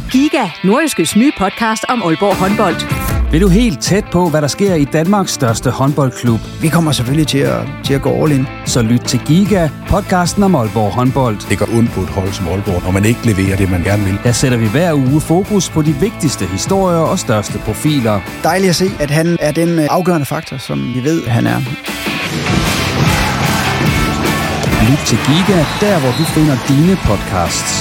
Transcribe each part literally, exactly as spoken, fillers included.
Giga, Nordjyskes nye podcast om Aalborg håndbold. Vil du helt tæt på, hvad der sker i Danmarks største håndboldklub? Vi kommer selvfølgelig til at, til at gå all in. Så lyt til Giga, podcasten om Aalborg håndbold. Det går ondt på et hold som Aalborg, når man ikke leverer det, man gerne vil. Der sætter vi hver uge fokus på de vigtigste historier og største profiler. Dejligt at se, at han er den afgørende faktor, som vi ved, han er. Lyt til Giga, der hvor du finder dine podcasts.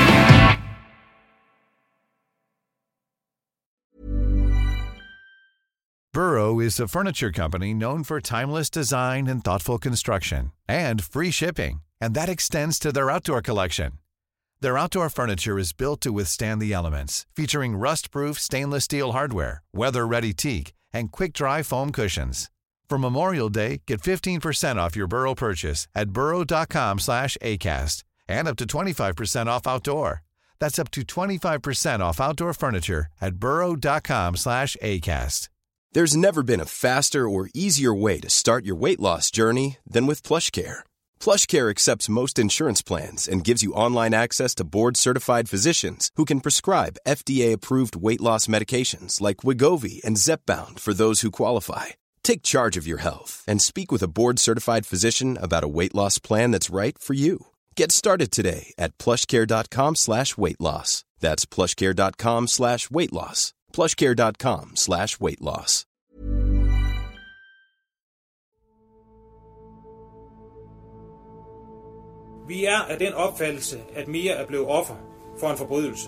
Burrow is a furniture company known for timeless design and thoughtful construction, and free shipping, and that extends to their outdoor collection. Their outdoor furniture is built to withstand the elements, featuring rust-proof stainless steel hardware, weather-ready teak, and quick-dry foam cushions. For Memorial Day, get fifteen percent off your Burrow purchase at burrow.com slash ACAST, and up to twenty-five percent off outdoor. That's up to twenty-five percent off outdoor furniture at burrow.com slash ACAST. There's never been a faster or easier way to start your weight loss journey than with PlushCare. PlushCare accepts most insurance plans and gives you online access to board-certified physicians who can prescribe F D A-approved weight loss medications like Wegovy and Zepbound for those who qualify. Take charge of your health and speak with a board-certified physician about a weight loss plan that's right for you. Get started today at plushcare.com slash weight loss. That's plushcare.com slash weight loss. plushcare.com slash weight loss. Vi er af den opfattelse, at Mia er blevet offer for en forbrydelse.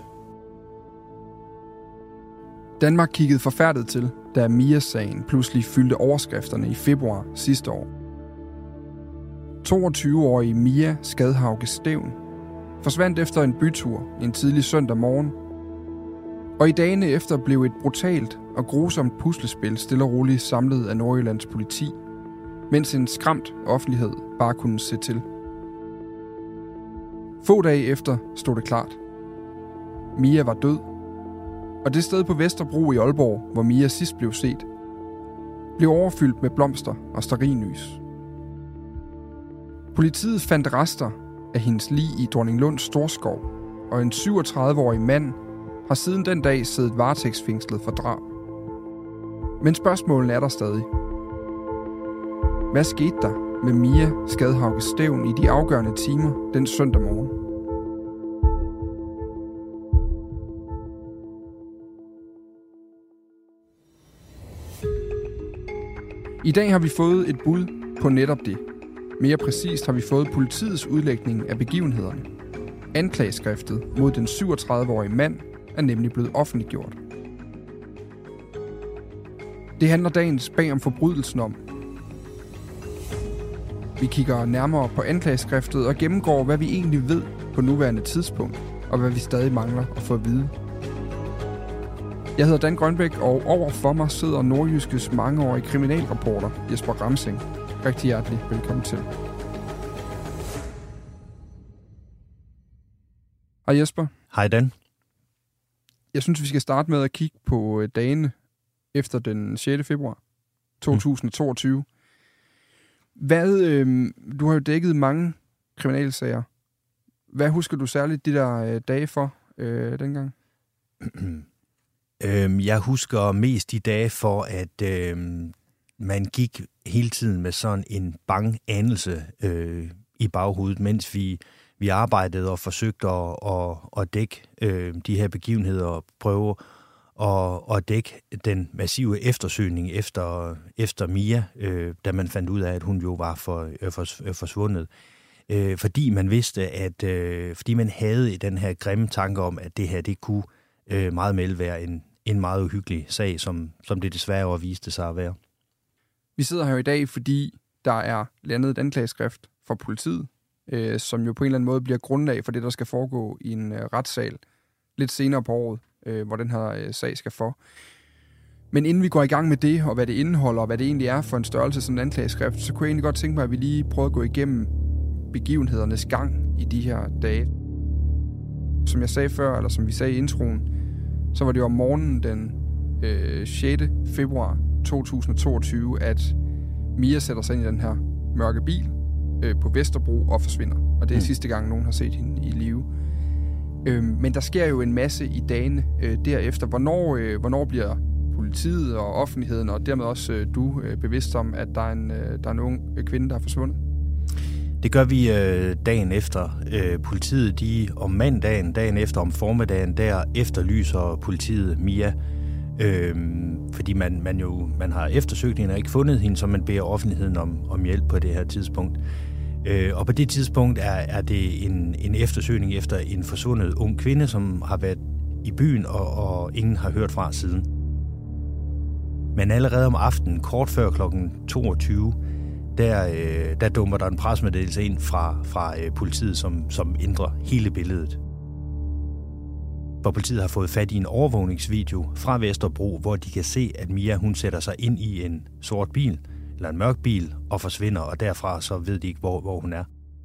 Danmark kiggede forfærdet til, da Mia-sagen pludselig fyldte overskrifterne i februar sidste år. toogtyve-årige Mia Skadhauge Stevn forsvandt efter en bytur en tidlig søndag morgen, og i dagene efter blev et brutalt og grusomt puslespil stille og roligt samlet af Nordjyllands politi, mens en skræmt offentlighed bare kunne se til. Få dage efter stod det klart. Mia var død, og det sted på Vesterbro i Aalborg, hvor Mia sidst blev set, blev overfyldt med blomster og stearinlys. Politiet fandt rester af hendes lig i Dronninglunds Storskov, og en syvogtredive-årig mand har siden den dag siddet varetægtsfængslet for drab. Men spørgsmålene er der stadig. Hvad skete der med Mia Skadhauge Stevn i de afgørende timer den søndag morgen? I dag har vi fået et bud på netop det. Mere præcist har vi fået politiets udlægning af begivenhederne. Anklageskriftet mod den syvogtredive-årige mand er nemlig blevet offentliggjort. Det handler dagens bag om forbrydelsen om. Vi kigger nærmere på anklageskriftet og gennemgår, hvad vi egentlig ved på nuværende tidspunkt, og hvad vi stadig mangler at få at vide. Jeg hedder Dan Grønbæk, og over for mig sidder Nordjyskes mangeårige kriminalreporter Jesper Ramsing. Rigtig hjertelig velkommen til. Hej Jesper. Hej Dan. Jeg synes, vi skal starte med at kigge på dagene efter den sjette februar to tusind og toogtyve. Hvad, øh, du har jo dækket mange kriminalsager. Hvad husker du særligt de der øh, dage for øh, dengang? øhm, jeg husker mest de dage for, at øh, man gik hele tiden med sådan en bang anelse øh, i baghovedet, mens vi, vi arbejdede og forsøgte at, at, at dække øh, de her begivenheder og prøve at, at dække den massive eftersøgning efter, efter Mia, øh, da man fandt ud af, at hun jo var for, øh, for, forsvundet. Øh, fordi man vidste, at øh, fordi man havde den her grimme tanke om, at det her, det kunne øh, meget vel være en, en meget uhyggelig sag, som, som det desværre også viste sig at være. Vi sidder her i dag, fordi der er landet et anklageskrift fra politiet, øh, som jo på en eller anden måde bliver grundlag for det, der skal foregå i en øh, retssal lidt senere på året, øh, hvor den her øh, sag skal for. Men inden vi går i gang med det, og hvad det indeholder, og hvad det egentlig er for en størrelse som en anklageskrift, så kunne jeg egentlig godt tænke mig, at vi lige prøver at gå igennem begivenhedernes gang i de her dage. Som jeg sagde før, eller som vi sagde i introen, så var det jo om morgenen den øh, sjette februar to tusind og toogtyve, at Mia sætter sig ind i den her mørke bil øh, på Vesterbro og forsvinder. Og det er mm. sidste gang, nogen har set hende i live. Øh, men der sker jo en masse i dagene øh, derefter. Hvornår, øh, hvornår bliver politiet og offentligheden, og dermed også øh, du, øh, bevidst om, at der er en, øh, der er en ung øh, kvinde, der er forsvundet? Det gør vi øh, dagen efter. Øh, politiet, de om mandagen, dagen efter om formiddagen, der efterlyser politiet Mia. Øh, fordi man, man jo man har eftersøgt hende og ikke fundet hende, så man beder offentligheden om, om hjælp på det her tidspunkt. Øh, og på det tidspunkt er, er det en, en eftersøgning efter en forsvundet ung kvinde, som har været i byen, og, og ingen har hørt fra siden. Men allerede om aftenen, kort før klokken toogtyve, der, øh, der dummer der en pressemeddelelse ind fra, fra øh, politiet, som, som ændrer hele billedet. Hvor politiet har fået fat i en overvågningsvideo fra Vesterbro, hvor de kan se, at Mia hun sætter sig ind i en sort bil, eller en mørk bil, og forsvinder, og derfra så ved de ikke, hvor, hvor hun er.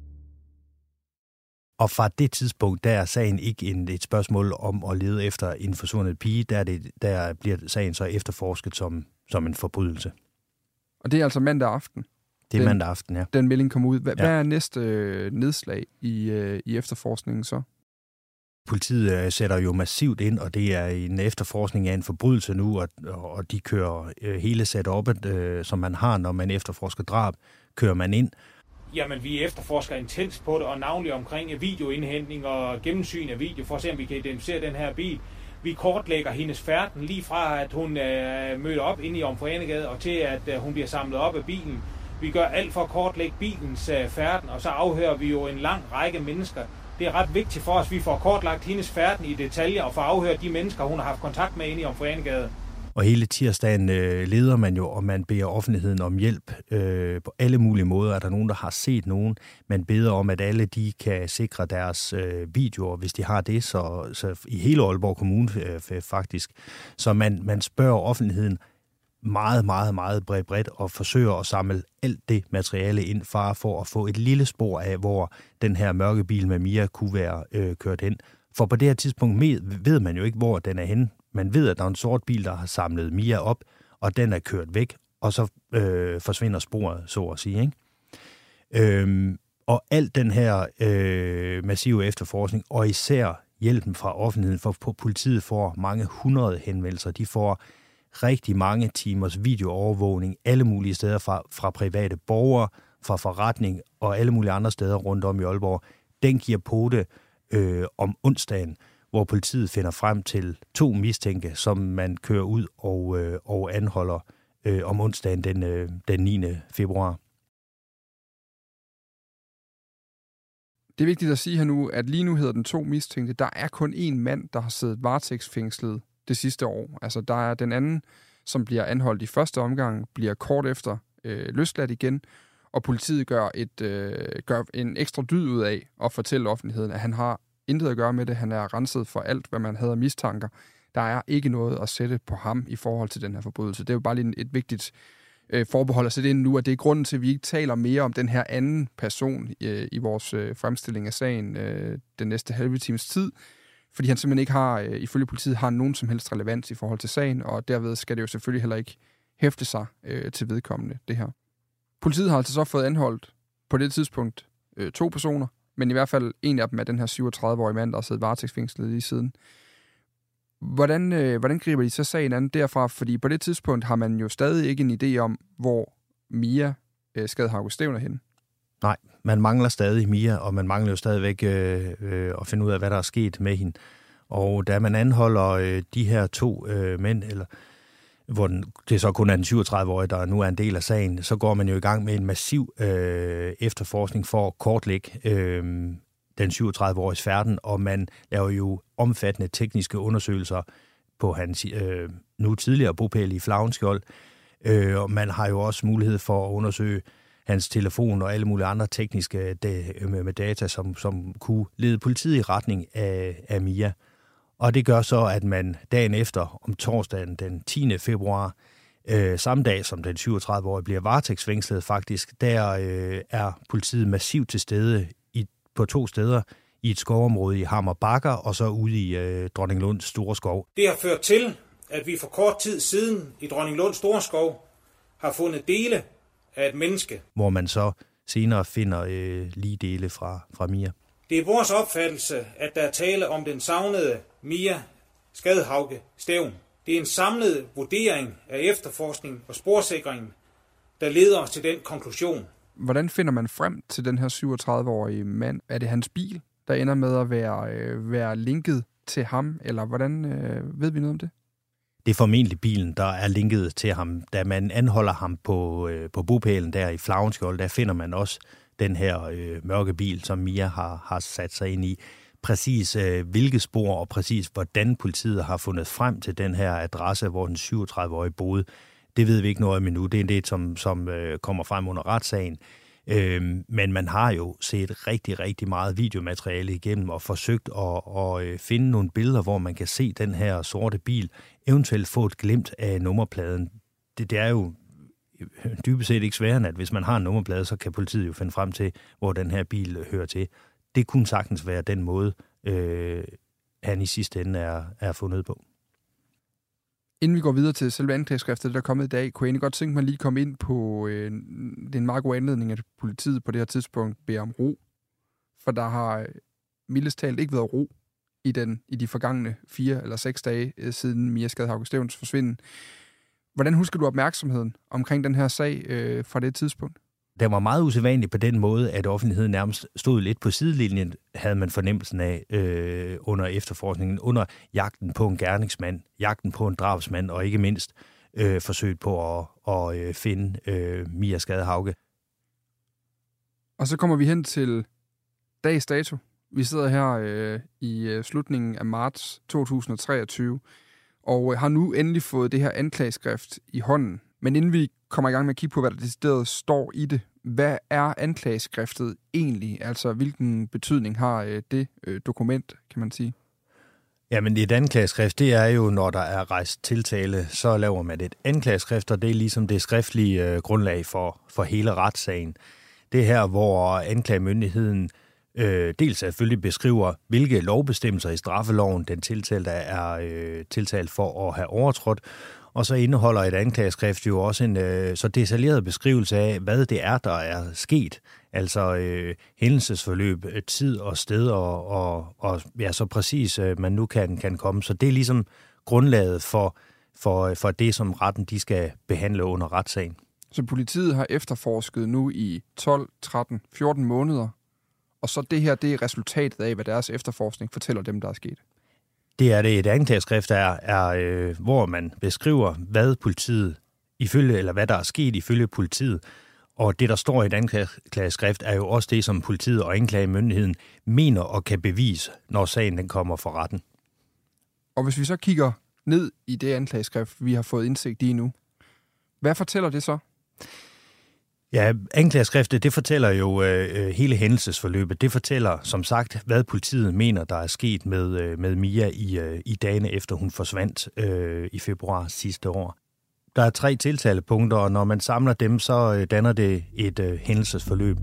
Og fra det tidspunkt, der er sagen ikke en, et spørgsmål om at lede efter en forsvundet pige, der, det, der bliver sagen så efterforsket som, som en forbrydelse. Og det er altså mandag aften? Det er den, mandag aften, ja. Den melding kommer ud. Hvad, ja. hvad er næste øh, nedslag i, øh, i efterforskningen så? Politiet øh, sætter jo massivt ind, og det er en efterforskning af en forbrydelse nu, og, og de kører øh, hele setupet, øh, som man har, når man efterforsker drab, kører man ind. Jamen, vi efterforsker intens på det, og navnlig omkring videoindhentning og gennemsyn af video, for at se, om vi kan identificere den her bil. Vi kortlægger hendes færden lige fra, at hun øh, møder op inde i Omforenegade, og til, at øh, hun bliver samlet op af bilen. Vi gør alt for at kortlægge bilens øh, færden, og så afhører vi jo en lang række mennesker. Det er ret vigtigt for os, at vi får kortlagt hendes færden i detaljer, og får afhørt de mennesker, hun har haft kontakt med inde i Omforenegade. Og hele tirsdagen øh, leder man jo, og man beder offentligheden om hjælp øh, på alle mulige måder. Er der nogen, der har set nogen? Man beder om, at alle de kan sikre deres øh, videoer, hvis de har det, så, så i hele Aalborg Kommune øh, faktisk. Så man, man spørger offentligheden meget, meget, meget bredt, bredt og forsøger at samle alt det materiale ind for, for at få et lille spor af, hvor den her mørke bil med Mia kunne være øh, kørt hen. For på det her tidspunkt ved man jo ikke, hvor den er henne. Man ved, at der er en sort bil, der har samlet Mia op, og den er kørt væk, og så øh, forsvinder sporet, så at sige. Ikke? Øhm, og alt den her øh, massive efterforskning, og især hjælpen fra offentligheden, for politiet får mange hundrede henvendelser. De får rigtig mange timers videoovervågning alle mulige steder fra, fra private borgere, fra forretning og alle mulige andre steder rundt om i Aalborg. Den giver på det øh, om onsdagen, hvor politiet finder frem til to mistænkte, som man kører ud og, øh, og anholder øh, om onsdagen den, øh, den niende februar. Det er vigtigt at sige her nu, at lige nu hedder den to mistænkte. Der er kun én mand, der har siddet varetægtsfængslet det sidste år. Altså, der er den anden, som bliver anholdt i første omgang, bliver kort efter øh, løsladt igen, og politiet gør, et, øh, gør en ekstra dyd ud af at fortælle offentligheden, at han har intet at gøre med det. Han er renset for alt, hvad man havde af mistanker. Der er ikke noget at sætte på ham i forhold til den her forbrydelse. Det er jo bare lige et vigtigt øh, forbehold at sætte ind nu, og det er grunden til, at vi ikke taler mere om den her anden person øh, i vores øh, fremstilling af sagen øh, den næste halve times tid, fordi han simpelthen ikke har, øh, ifølge politiet, har nogen som helst relevans i forhold til sagen, og derved skal det jo selvfølgelig heller ikke hæfte sig øh, til vedkommende, det her. Politiet har altså så fået anholdt på det tidspunkt øh, to personer, men i hvert fald en af dem er den her syvogtredive-årige mand, der har siddet varetægtsfængslet lige siden. Hvordan, øh, hvordan griber de så sagen an derfra? Fordi på det tidspunkt har man jo stadig ikke en idé om, hvor Mia øh, Skadhauge Stevner henne. Nej, man mangler stadig Mia, og man mangler jo stadigvæk øh, øh, at finde ud af, hvad der er sket med hende. Og da man anholder øh, de her to øh, mænd, eller hvor den, det så kun er den syvogtredive-årige, der nu er en del af sagen, så går man jo i gang med en massiv øh, efterforskning for at kortlægge øh, den syvogtredive-åriges færden, og man laver jo omfattende tekniske undersøgelser på hans øh, nu tidligere bopæl i Flavnskjold, øh, og man har jo også mulighed for at undersøge hans telefon og alle mulige andre tekniske da- med data, som, som kunne lede politiet i retning af, af Mia. Og det gør så, at man dagen efter, om torsdagen den tiende februar, øh, samme dag som den syvogtredive-årige bliver varetægtsfængslet faktisk, der øh, er politiet massivt til stede i, på to steder i et skovområde i Hammer Bakker og så ude i øh, Dronninglunds Store Skov. Det har ført til, at vi for kort tid siden i Dronninglunds Store Skov har fundet dele af et menneske. Hvor man så senere finder øh, lige dele fra, fra Mia. Det er vores opfattelse, at der er tale om den savnede Mia Skadhauge Stevn. Det er en samlet vurdering af efterforskning og sporsikringen, der leder os til den konklusion. Hvordan finder man frem til den her syvogtredive-årige mand? Er det hans bil, der ender med at være, øh, være linket til ham, eller hvordan øh, ved vi noget om det? Det er formentlig bilen, der er linket til ham. Da man anholder ham på, øh, på bopælen der i Flavnskjold, der finder man også den her øh, mørke bil, som Mia har, har sat sig ind i. Præcis øh, hvilke spor og præcis hvordan politiet har fundet frem til den her adresse, hvor den syvogtredive-årige boede, det ved vi ikke noget om endnu. Det er det, som, som øh, kommer frem under retssagen. Øh, men man har jo set rigtig, rigtig meget videomateriale igennem og forsøgt at, at, at finde nogle billeder, hvor man kan se den her sorte bil, eventuelt få et glimt af nummerpladen. Det, det er jo dybest set ikke sværere, at hvis man har en nummerplade, så kan politiet jo finde frem til, hvor den her bil hører til. Det kunne sagtens være den måde, øh, han i sidste ende er, er fundet på. Inden vi går videre til selve anklageskriftet, der er kommet i dag, kunne jeg egentlig godt tænke mig lige at komme ind på øh, det er en meget god anledning, at politiet på det her tidspunkt beder om ro. For der har mildest talt ikke været ro i, den, i de forgangne fire eller seks dage øh, siden Mia Skadhauge Stevns forsvinden. Hvordan husker du opmærksomheden omkring den her sag øh, fra det tidspunkt? Det var meget usædvanligt på den måde, at offentligheden nærmest stod lidt på sidelinjen, havde man fornemmelsen af øh, under efterforskningen, under jagten på en gerningsmand, jagten på en drabsmand, og ikke mindst øh, forsøget på at, at øh, finde øh, Mia Skadhauge. Og så kommer vi hen til dags dato. Vi sidder her øh, i øh, slutningen af marts to tusind og treogtyve, og øh, har nu endelig fået det her anklageskrift i hånden. Men inden vi kommer i gang med at kigge på, hvad der decideret står i det, hvad er anklageskriftet egentlig? Altså, hvilken betydning har øh, det øh, dokument, kan man sige? Jamen, et anklageskrift, det er jo, når der er rejst tiltale, så laver man et anklageskrift, og det er ligesom det skriftlige øh, grundlag for, for hele retssagen. Det her, hvor anklagemyndigheden øh, dels selvfølgelig beskriver, hvilke lovbestemmelser i straffeloven den tiltalte er øh, tiltalt for at have overtrådt, og så indeholder et anklageskrift jo også en øh, så detaljeret beskrivelse af, hvad det er, der er sket. Altså øh, hændelsesforløb, tid og sted, og, og, og ja, så præcis øh, man nu kan, kan komme. Så det er ligesom grundlaget for, for, for det, som retten de skal behandle under retssagen. Så politiet har efterforsket nu i tolv, tretten, fjorten måneder, og så det her, det er resultatet af, hvad deres efterforskning fortæller dem, der er sket? Det er det et anklageskrift, er, er øh, hvor man beskriver, hvad politiet ifølge, eller hvad der er sket ifølge politiet. Og det, der står i et anklageskrift, er jo også det, som politiet og anklagemyndigheden mener og kan bevise, når sagen den kommer for retten. Og hvis vi så kigger ned i det anklageskrift, vi har fået indsigt i nu, hvad fortæller det så? Ja, anklageskriftet, det fortæller jo øh, hele hændelsesforløbet. Det fortæller, som sagt, hvad politiet mener, der er sket med, øh, med Mia i, øh, i dagene efter hun forsvandt øh, i februar sidste år. Der er tre tiltalepunkter, og når man samler dem, så øh, danner det et øh, hændelsesforløb.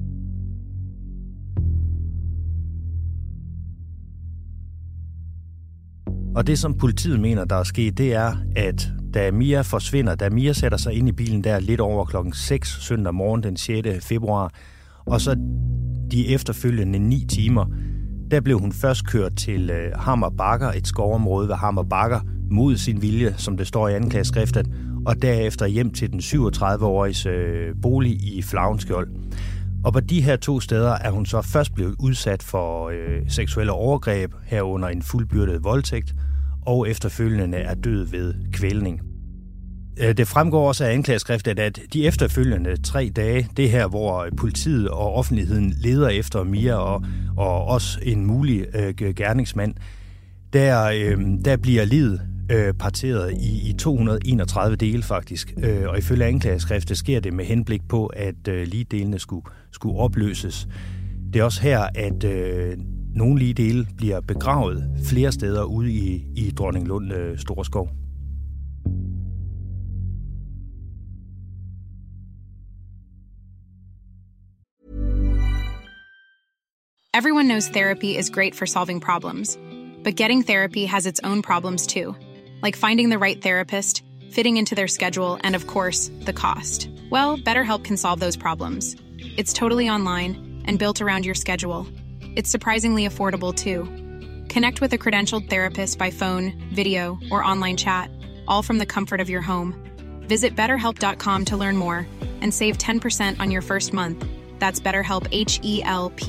Og det, som politiet mener, der er sket, det er, at da Mia forsvinder, da Mia sætter sig ind i bilen der lidt over klokken seks søndag morgen den sjette februar, og så de efterfølgende ni timer, der blev hun først kørt til øh, Hammer Bakker, et skovområde ved Hammer Bakker, mod sin vilje, som det står i anklageskriftet, og derefter hjem til den syvogtredive-åriges øh, bolig i Flavnskjold. Og på de her to steder er hun så først blevet udsat for øh, seksuelle overgreb, herunder en fuldbyrdet voldtægt, og efterfølgende er død ved kvælning. Det fremgår også af anklageskriftet, at de efterfølgende tre dage, det her, hvor politiet og offentligheden leder efter Mia og, og også en mulig øh, gerningsmand, der, øh, der bliver livet øh, parteret i, i to hundrede og enogtredive dele faktisk. Øh, og ifølge anklageskriftet sker det med henblik på, at øh, ligdelene skulle, skulle opløses. Det er også her, at øh, nogle ligedele bliver begravet flere steder ude i, i Dronninglund øh, Storskov. Everyone knows therapy is great for solving problems, but getting therapy has its own problems too, like finding the right therapist, fitting into their schedule, and of course, the cost. Well, BetterHelp can solve those problems. It's totally online and built around your schedule. It's surprisingly affordable too. Connect with a credentialed therapist by phone, video, or online chat, all from the comfort of your home. Visit better help dot com to learn more and save ten percent on your first month. That's BetterHelp, H E L P.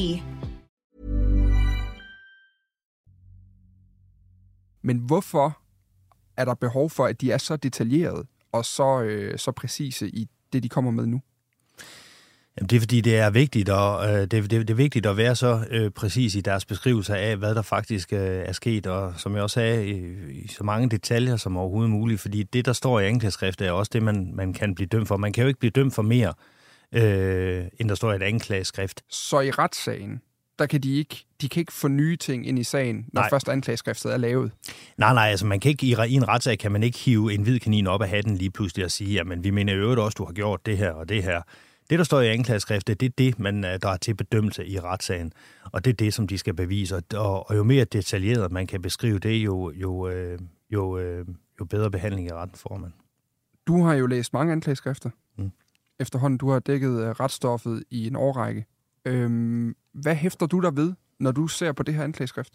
Men hvorfor er der behov for, at de er så detaljerede og så, øh, så præcise i det, de kommer med nu? Jamen, det er fordi, det er vigtigt, og øh, det, det, det er vigtigt at være så øh, præcis i deres beskrivelse af, hvad der faktisk øh, er sket, og som jeg også sagde, i, i så mange detaljer som overhovedet muligt, fordi det, der står i anklageskriftet, er også det, man, man kan blive dømt for. Man kan jo ikke blive dømt for mere, øh, end der står i et anklageskrift. Så i retssagen, der kan de ikke, de kan ikke få nye ting ind i sagen, når nej. først anklageskriftet er lavet? Nej, nej, altså man kan ikke, i en retssag kan man ikke hive en hvid kanin op af hatten lige pludselig og sige, jamen vi mener i øvrigt også, du har gjort det her og det her. Det, der står i anklageskriftet, det er det, man drager til bedømmelse i retssagen, og det er det, som de skal bevise. Og, og jo mere detaljeret man kan beskrive det, jo, jo, øh, jo, øh, jo bedre behandling i retten får man. Du har jo læst mange anklageskrifter. Mm. Efterhånden, du har dækket retsstoffet i en årrække. Øhm, hvad hæfter du der ved, når du ser på det her anklageskrift?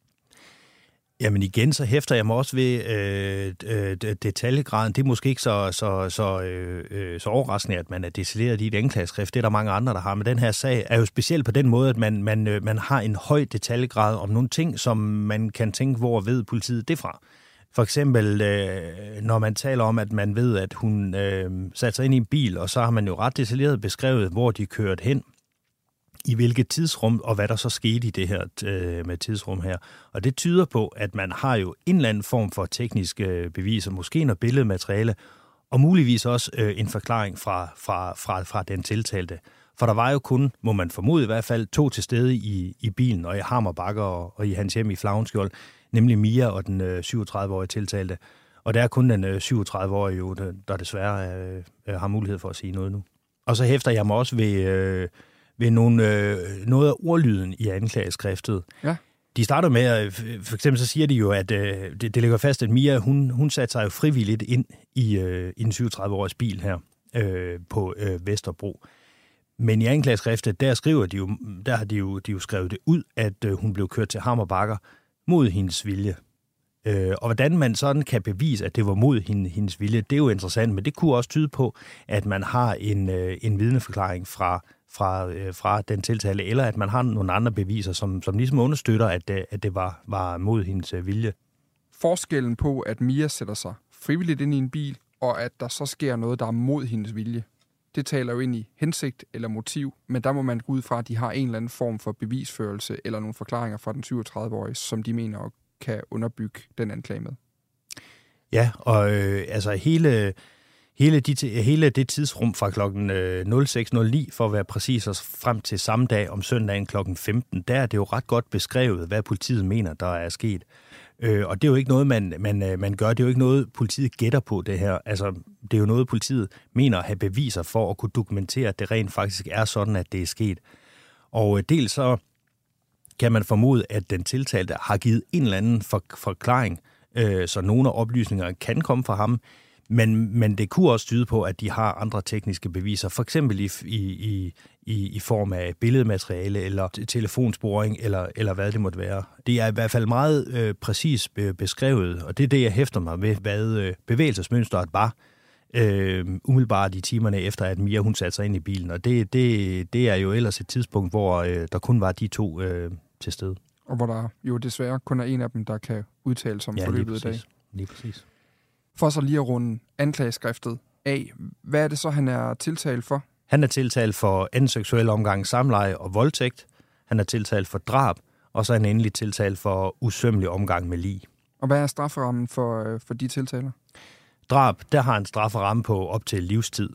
Jamen igen, så hæfter jeg mig også ved øh, øh, detaljegraden. Det er måske ikke så, så, så, øh, så overraskende, at man er detaljeret i et anklageskrift. Det er der mange andre, der har. Men den her sag er jo speciel på den måde, at man, man, øh, man har en høj detaljegrad om nogle ting, som man kan tænke, hvor ved politiet det fra. For eksempel, øh, når man taler om, at man ved, at hun øh, satte sig ind i en bil, og så har man jo ret detaljeret beskrevet, hvor de kørte hen, i hvilket tidsrum, og hvad der så skete i det her øh, med tidsrum her. Og det tyder på, at man har jo en eller anden form for tekniske beviser, måske noget billedmateriale, og muligvis også øh, en forklaring fra, fra, fra, fra den tiltalte. For der var jo kun, må man formode i hvert fald, to til stede i, i bilen, og i Hammerbakker og, og i hans hjem i Flavnskjold, nemlig Mia og den øh, syvogtredive-årige tiltalte. Og det er kun den øh, syvogtredive-årige, jo, der, der desværre øh, har mulighed for at sige noget nu. Og så hæfter jeg mig også ved... Øh, ved nogle, øh, noget af ordlyden i anklageskriftet. Ja. De starter med, at, for eksempel så siger de jo, at øh, det, det ligger fast, at Mia, hun, hun satte sig jo frivilligt ind i, øh, i en syvogtredive-års bil her øh, på øh, Vesterbro. Men i anklageskriftet, der skriver de jo, der har de jo, de jo skrevet det ud, at øh, hun blev kørt til Hammerbakker mod hendes vilje. Øh, og hvordan man sådan kan bevise, at det var mod hende, hendes vilje, det er jo interessant, men det kunne også tyde på, at man har en, øh, en vidneforklaring fra Fra, øh, fra den tiltalte, eller at man har nogle andre beviser, som, som ligesom understøtter, at det, at det var, var mod hendes øh, vilje. Forskellen på, at Mia sætter sig frivilligt ind i en bil, og at der så sker noget, der er mod hendes vilje, det taler jo ind i hensigt eller motiv, men der må man gå ud fra, at de har en eller anden form for bevisførelse eller nogle forklaringer fra den syvogtredive-årige, som de mener kan underbygge den anklage med. Ja, og øh, altså hele... Hele, de, hele det tidsrum fra klokken nul seks nul ni, for at være præcis, og frem til samme dag om søndagen klokken femten, der er det jo ret godt beskrevet, hvad politiet mener, der er sket. Øh, og det er jo ikke noget, man, man, man gør. Det er jo ikke noget, politiet gætter på det her. Altså, det er jo noget, politiet mener at have beviser for at kunne dokumentere, at det rent faktisk er sådan, at det er sket. Og dels så kan man formode, at den tiltalte har givet en eller anden for, forklaring, øh, så nogle af oplysningerne kan komme fra ham. Men, men det kunne også tyde på, at de har andre tekniske beviser, for eksempel i, i, i, i form af billedmateriale eller telefonsporing, eller, eller hvad det måtte være. Det er i hvert fald meget øh, præcis beskrevet, og det er det, jeg hæfter mig ved, hvad øh, bevægelsesmønstret var, øh, umiddelbart i timerne efter, at Mia hun satte sig ind i bilen. Og det, det, det er jo ellers et tidspunkt, hvor øh, der kun var de to øh, til stede. Og hvor der jo desværre kun er en af dem, der kan udtale sig om ja, forløbet i dag. Lige præcis. For så lige at runde anklageskriftet af, hvad er det så, han er tiltalt for? Han er tiltalt for anden seksuel omgang, samleje og voldtægt. Han er tiltalt for drab, og så er han endelig tiltalt for usømmelig omgang med lig. Og hvad er strafferammen for, for de tiltaler? Drab, der har en strafferamme på op til livstid.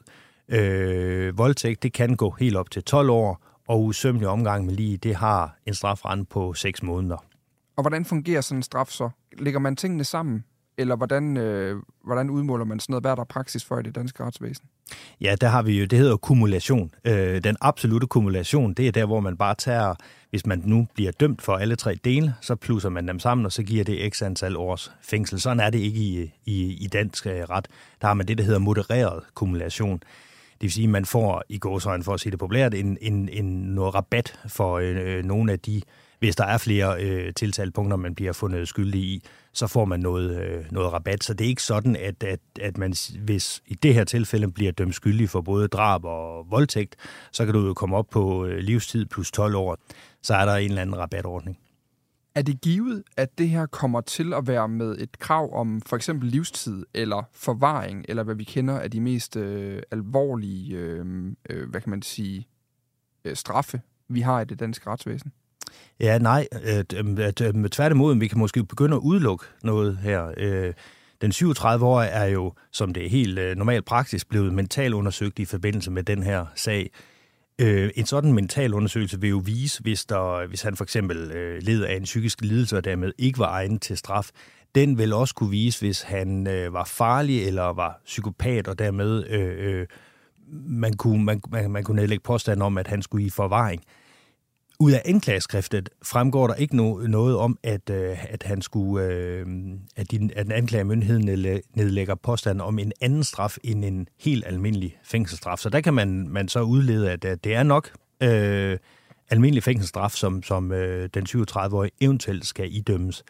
Øh, voldtægt, det kan gå helt op til tolv år, og usømmelig omgang med lig, det har en strafferamme på seks måneder. Og hvordan fungerer sådan en straf så? Lægger man tingene sammen? Eller hvordan, øh, hvordan udmåler man sådan noget? Hvad er der praksis for i det danske retsvæsen? Ja, der har vi jo, det hedder kumulation. Øh, den absolute kumulation, det er der, hvor man bare tager, hvis man nu bliver dømt for alle tre dele, så plusser man dem sammen, og så giver det x antal års fængsel. Sådan er det ikke i, i, i dansk ret. Der har man det, der hedder modereret kumulation. Det vil sige, at man får i gåseøjne, for at sige det populært, en, en, en noget rabat for øh, nogle af de hvis der er flere øh, tiltalepunkter, man bliver fundet skyldig i, så får man noget, øh, noget rabat. Så det er ikke sådan, at, at, at man, hvis i det her tilfælde bliver dømt skyldig for både drab og voldtægt, så kan du jo komme op på øh, livstid plus tolv år. Så er der en eller anden rabatordning. Er det givet, at det her kommer til at være med et krav om for eksempel livstid eller forvaring, eller hvad vi kender af de mest øh, alvorlige, øh, øh, hvad kan man sige, øh, straffe, vi har i det danske retsvæsen? Ja, nej. Øh, tværtimod, vi kan måske begynde at udelukke noget her. Øh, den syvogtredive-årige er jo, som det er helt øh, normalt praktisk, blevet mentalundersøgt i forbindelse med den her sag. Øh, en sådan mental undersøgelse vil jo vise, hvis, der, hvis han for eksempel øh, led af en psykisk lidelse og dermed ikke var egnet til straf. Den vil også kunne vise, hvis han øh, var farlig eller var psykopat, og dermed øh, øh, man, kunne, man, man, man kunne nedlægge påstand om, at han skulle i forvaring. Ud af anklageskriftet fremgår der ikke no, noget om, at, øh, at han skulle, øh, at, din, at den anklagemyndighed nedlægger påstand om en anden straf end en helt almindelig fængselsstraf. Så der kan man, man så udlede, at, at det er nok øh, almindelig fængselsstraf, som, som øh, den syvogtredive-årige eventuelt skal idømmes.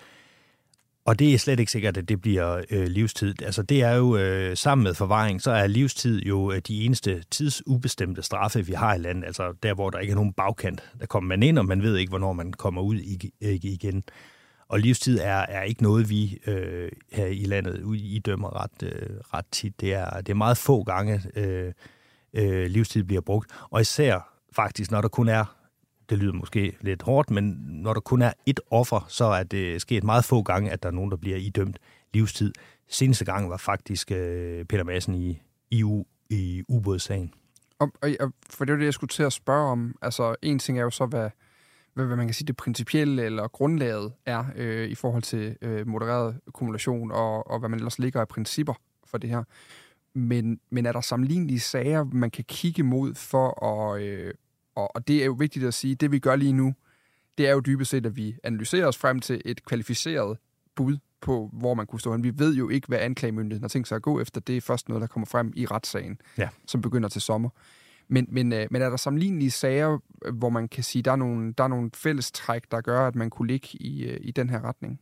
Og det er slet ikke sikkert, at det bliver øh, livstid. Altså det er jo, øh, sammen med forvaring, så er livstid jo øh, de eneste tidsubestemte straffe, vi har i landet. Altså der, hvor der ikke er nogen bagkant. Der kommer man ind, og man ved ikke, hvornår man kommer ud igen. Og livstid er, er ikke noget, vi øh, her i landet idømmer ret, øh, ret tit. Det er, det er meget få gange, øh, øh, livstid bliver brugt. Og især faktisk, når der kun er, det lyder måske lidt hårdt, men når der kun er ét offer, så er det sket meget få gange, at der er nogen, der bliver idømt livstid. Seneste gang var faktisk øh, Peter Madsen i, i, u, i ubådssagen. Og, og, for det var det, jeg skulle til at spørge om. Altså, en ting er jo så, hvad, hvad, hvad man kan sige, det principielle eller grundlaget er øh, i forhold til øh, modereret kumulation og, og hvad man ellers ligger af principper for det her. Men, men er der sammenlignelige sager, man kan kigge mod for at... Øh, Og, og det er jo vigtigt at sige, det vi gør lige nu, det er jo dybest set, at vi analyserer os frem til et kvalificeret bud på, hvor man kunne stå hen. Vi ved jo ikke, hvad anklagemyndigheden har tænkt sig at gå efter. Det er først noget, der kommer frem i retssagen, ja, som begynder til sommer. Men, men, men er der sammenlignelige sager, hvor man kan sige, der er nogle, der er nogle fællestræk, der gør, at man kunne ligge i, i den her retning?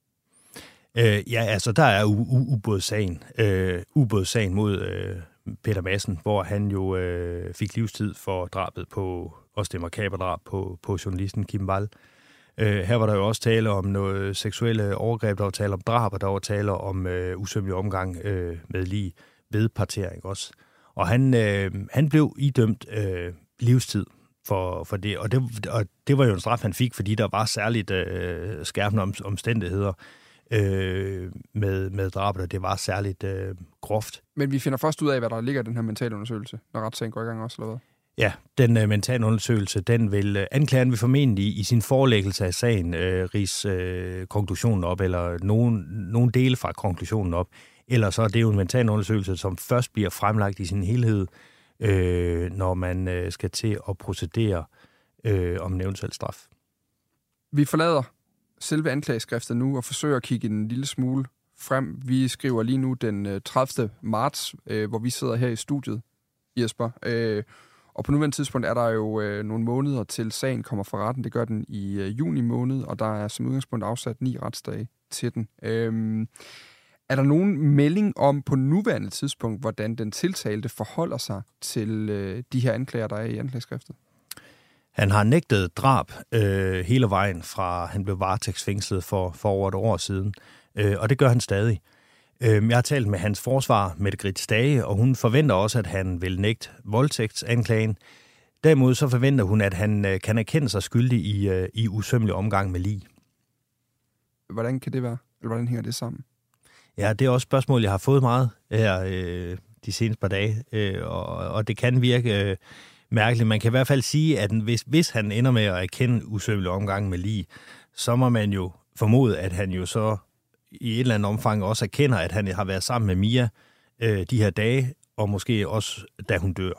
Øh, ja, altså der er ubådssagen. Øh, ubådssagen mod... Øh Peter Madsen, hvor han jo øh, fik livstid for drabet på, også det makaberdrab på, på journalisten Kim Wall. Øh, her var der jo også tale om noget seksuelle overgreb, der var tale om drab, og der var tale om øh, usømmelig omgang øh, med lig ved partering også. Og han, øh, han blev idømt øh, livstid for, for det, og det, og det var jo en straf, han fik, fordi der var særligt øh, skærpende om, omstændigheder Øh, med, med drabet, og det var særligt øh, groft. Men vi finder først ud af, hvad der ligger i den her mentalundersøgelse, når retssagen går i gang også, eller hvad? Ja, den øh, mentalundersøgelse, den vil øh, anklageren vil formentlig i sin forelæggelse af sagen øh, rise øh, konklusionen op, eller nogen, nogen dele fra konklusionen op. Eller så er det jo en mentalundersøgelse, som først bliver fremlagt i sin helhed, øh, når man øh, skal til at procedere øh, om en eventuel straf. Vi forlader selve anklageskriftet nu og forsøger at kigge en lille smule frem. Vi skriver lige nu den tredivte marts, øh, hvor vi sidder her i studiet, Jesper. Øh, og på nuværende tidspunkt er der jo øh, nogle måneder til sagen kommer for retten. Det gør den i øh, juni måned, og der er som udgangspunkt afsat ni retsdage til den. Øh, er der nogen melding om på nuværende tidspunkt, hvordan den tiltalte forholder sig til øh, de her anklager, der er i anklageskriftet? Han har nægtet drab øh, hele vejen fra, han blev varetægtsfængslet for, for over et år siden, øh, og det gør han stadig. Øh, jeg har talt med hans forsvar, Mette Grits Stage, og hun forventer også, at han vil nægte voldtægtsanklagen. Derimod så forventer hun, at han øh, kan erkende sig skyldig i, øh, i usømmelig omgang med lig. Hvordan kan det være? Eller hvordan hænger det sammen? Ja, det er også et spørgsmål, jeg har fået meget her øh, de seneste par dage, øh, og, og det kan virke... Øh, mærkeligt. Man kan i hvert fald sige, at hvis, hvis han ender med at erkende usømmelig omgang med lig, så må man jo formode, at han jo så i et eller andet omfang også erkender, at han har været sammen med Mia øh, de her dage, og måske også, da hun dør.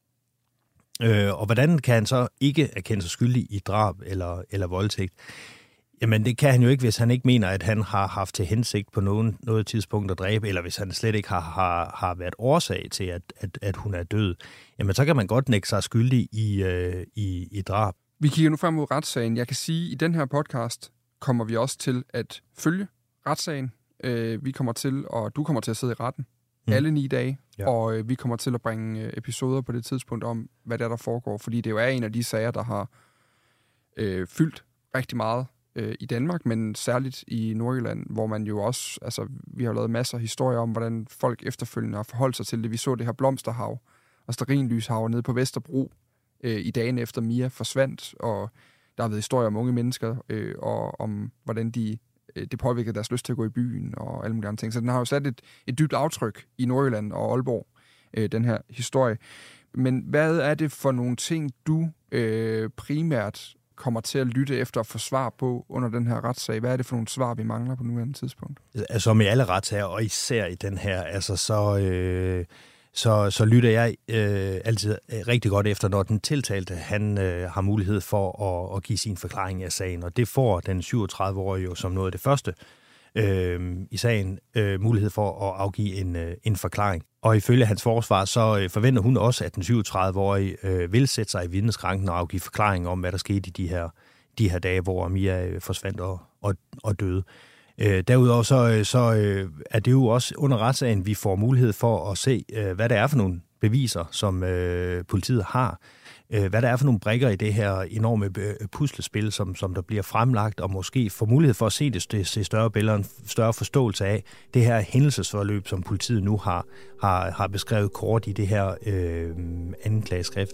Øh, og hvordan kan han så ikke erkende sig skyldig i drab eller, eller voldtægt? Jamen, det kan han jo ikke, hvis han ikke mener, at han har haft til hensigt på nogen, noget tidspunkt at dræbe, eller hvis han slet ikke har, har, har været årsag til, at, at, at hun er død. Jamen, så kan man godt nægte sig skyldig i, øh, i, i drab. Vi kigger nu frem mod retssagen. Jeg kan sige, at i den her podcast kommer vi også til at følge retssagen. Vi kommer til, og du kommer til at sidde i retten mm. alle ni dage, ja. og vi kommer til at bringe episoder på det tidspunkt om, hvad der, der foregår, fordi det jo er en af de sager, der har øh, fyldt rigtig meget øh, i Danmark, men særligt i Nordjylland, hvor man jo også, altså vi har lavet masser af historier om, hvordan folk efterfølgende har forholdt sig til det. Vi så det her blomsterhav og stearinlyshav nede på Vesterbro øh, i dagen efter Mia forsvandt, og der har været historier om unge mennesker, øh, og om hvordan de det påvirkede deres lyst til at gå i byen og alle mulige andre ting. Så den har jo sat et, et dybt aftryk i Nordjylland og Aalborg, øh, den her historie. Men hvad er det for nogle ting, du øh, primært kommer til at lytte efter og få svar på under den her retssag? Hvad er det for nogle svar, vi mangler på nuværende tidspunkt? Altså med alle retssager, og især i den her, altså så... Øh Så, så lytter jeg øh, altid rigtig godt efter, når den tiltalte han øh, har mulighed for at, at give sin forklaring af sagen. Og det får den syvogtredive-årige jo som noget af det første øh, i sagen øh, mulighed for at afgive en, øh, en forklaring. Og ifølge hans forsvar, så øh, forventer hun også, at den syvogtredive-årige øh, vil sætte sig i vidneskranken og afgive forklaring om, hvad der skete i de her, de her dage, hvor Mia øh, forsvandt og, og, og døde. Øh, derudover så, så øh, er det jo også under retssagen, vi får mulighed for at se, øh, hvad det er for nogle beviser, som øh, politiet har. Øh, hvad der er for nogle brikker i det her enorme puslespil, som, som der bliver fremlagt, og måske får mulighed for at se det, det se større billeder, en større forståelse af det her hændelsesforløb, som politiet nu har, har, har beskrevet kort i det her øh, anklageskrift.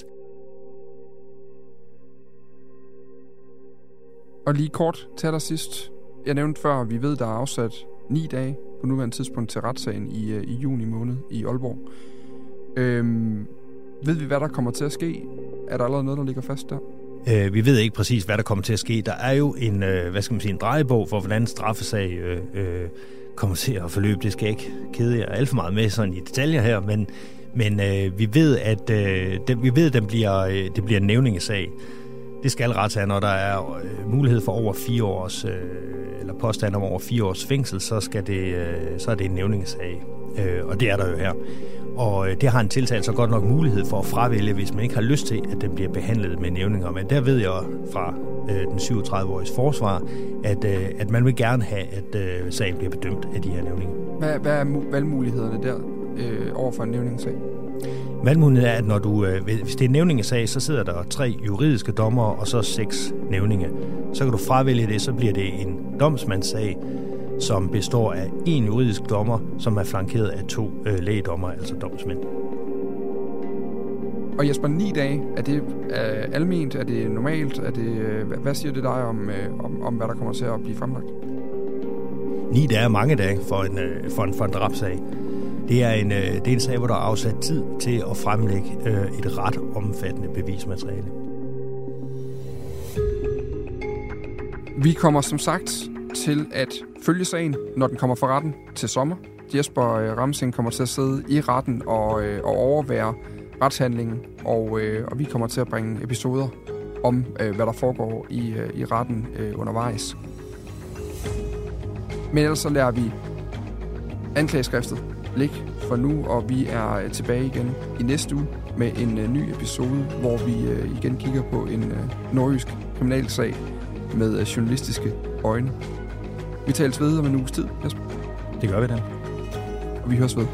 Og lige kort til allersidst. Jeg nævnte før, at vi ved, der er afsat ni dage på nuværende tidspunkt til retssagen i, i juni måned i Aalborg. Øhm, ved vi, hvad der kommer til at ske? Er der allerede noget, der ligger fast der? Øh, vi ved ikke præcis, hvad der kommer til at ske. Der er jo en, øh, hvad skal man sige, en drejebog for, hvordan straffesag øh, øh, kommer til at forløbe. Det skal jeg ikke kede jer alt for meget med sådan i detaljer her, men, men øh, vi ved, at øh, den, vi ved, at den bliver, øh, det bliver en nævningesag. Det skal retssagen, når der er øh, mulighed for over fire års, øh, eller påstand om over fire års fængsel, så, skal det, øh, så er det en nævningesag. Øh, og det er der jo her. Og øh, det har en tiltalt så godt nok mulighed for at fravælge, hvis man ikke har lyst til, at den bliver behandlet med nævninger. Men der ved jeg fra øh, den syvogtredive-åriges forsvar, at, øh, at man vil gerne have, at øh, sagen bliver bedømt af de her nævninger. Hvad, hvad er mu- valgmulighederne der øh, over for en nævningssag? Valgmuligheden er, at når du, øh, hvis det er en nævningesag, så sidder der tre juridiske dommere og så seks nævninge. Så kan du fravælge det, så bliver det en domsmandssag, som består af en juridisk dommer, som er flankeret af to øh, lægdommer, altså domsmænd. Og Jesper, ni dage, er det øh, alment? Er det normalt? Er det, øh, hvad siger det dig om, øh, om, om, hvad der kommer til at blive fremlagt? Ni dage er mange dage for en, øh, for en, for en drabsag. Det er, en, øh, det er en sag, hvor der er afsat tid til at fremlægge øh, et ret omfattende bevismateriale. Vi kommer som sagt til at følge sagen, når den kommer for retten til sommer. Jesper Ramsing kommer til at sidde i retten og, øh, og overvære retshandlingen, og, øh, og vi kommer til at bringe episoder om, øh, hvad der foregår i, øh, i retten øh, undervejs. Men ellers så lærer vi anklageskriftet ligge for nu, og vi er tilbage igen i næste uge med en øh, ny episode, hvor vi øh, igen kigger på en øh, nordjysk kriminalsag med øh, journalistiske øjne. Vi tales ved om en uges tid, Jesper. Det gør vi da. Og vi høres ved.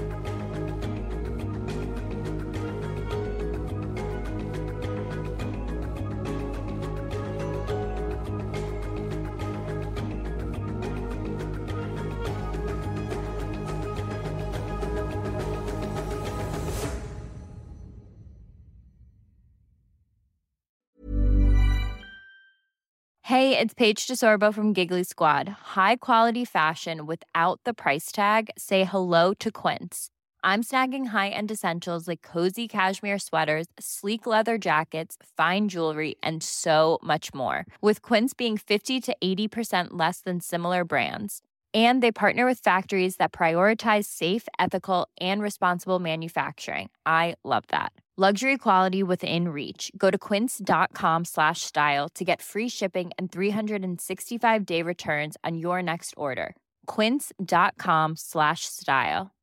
Hey, it's Paige DeSorbo from Giggly Squad. High quality fashion without the price tag. Say hello to Quince. I'm snagging high-end essentials like cozy cashmere sweaters, sleek leather jackets, fine jewelry, and so much more. With Quince being fifty to eighty percent less than similar brands. And they partner with factories that prioritize safe, ethical, and responsible manufacturing. I love that. Luxury quality within reach. Go to quince.com slash style to get free shipping and three sixty-five day returns on your next order. Quince.com slash style.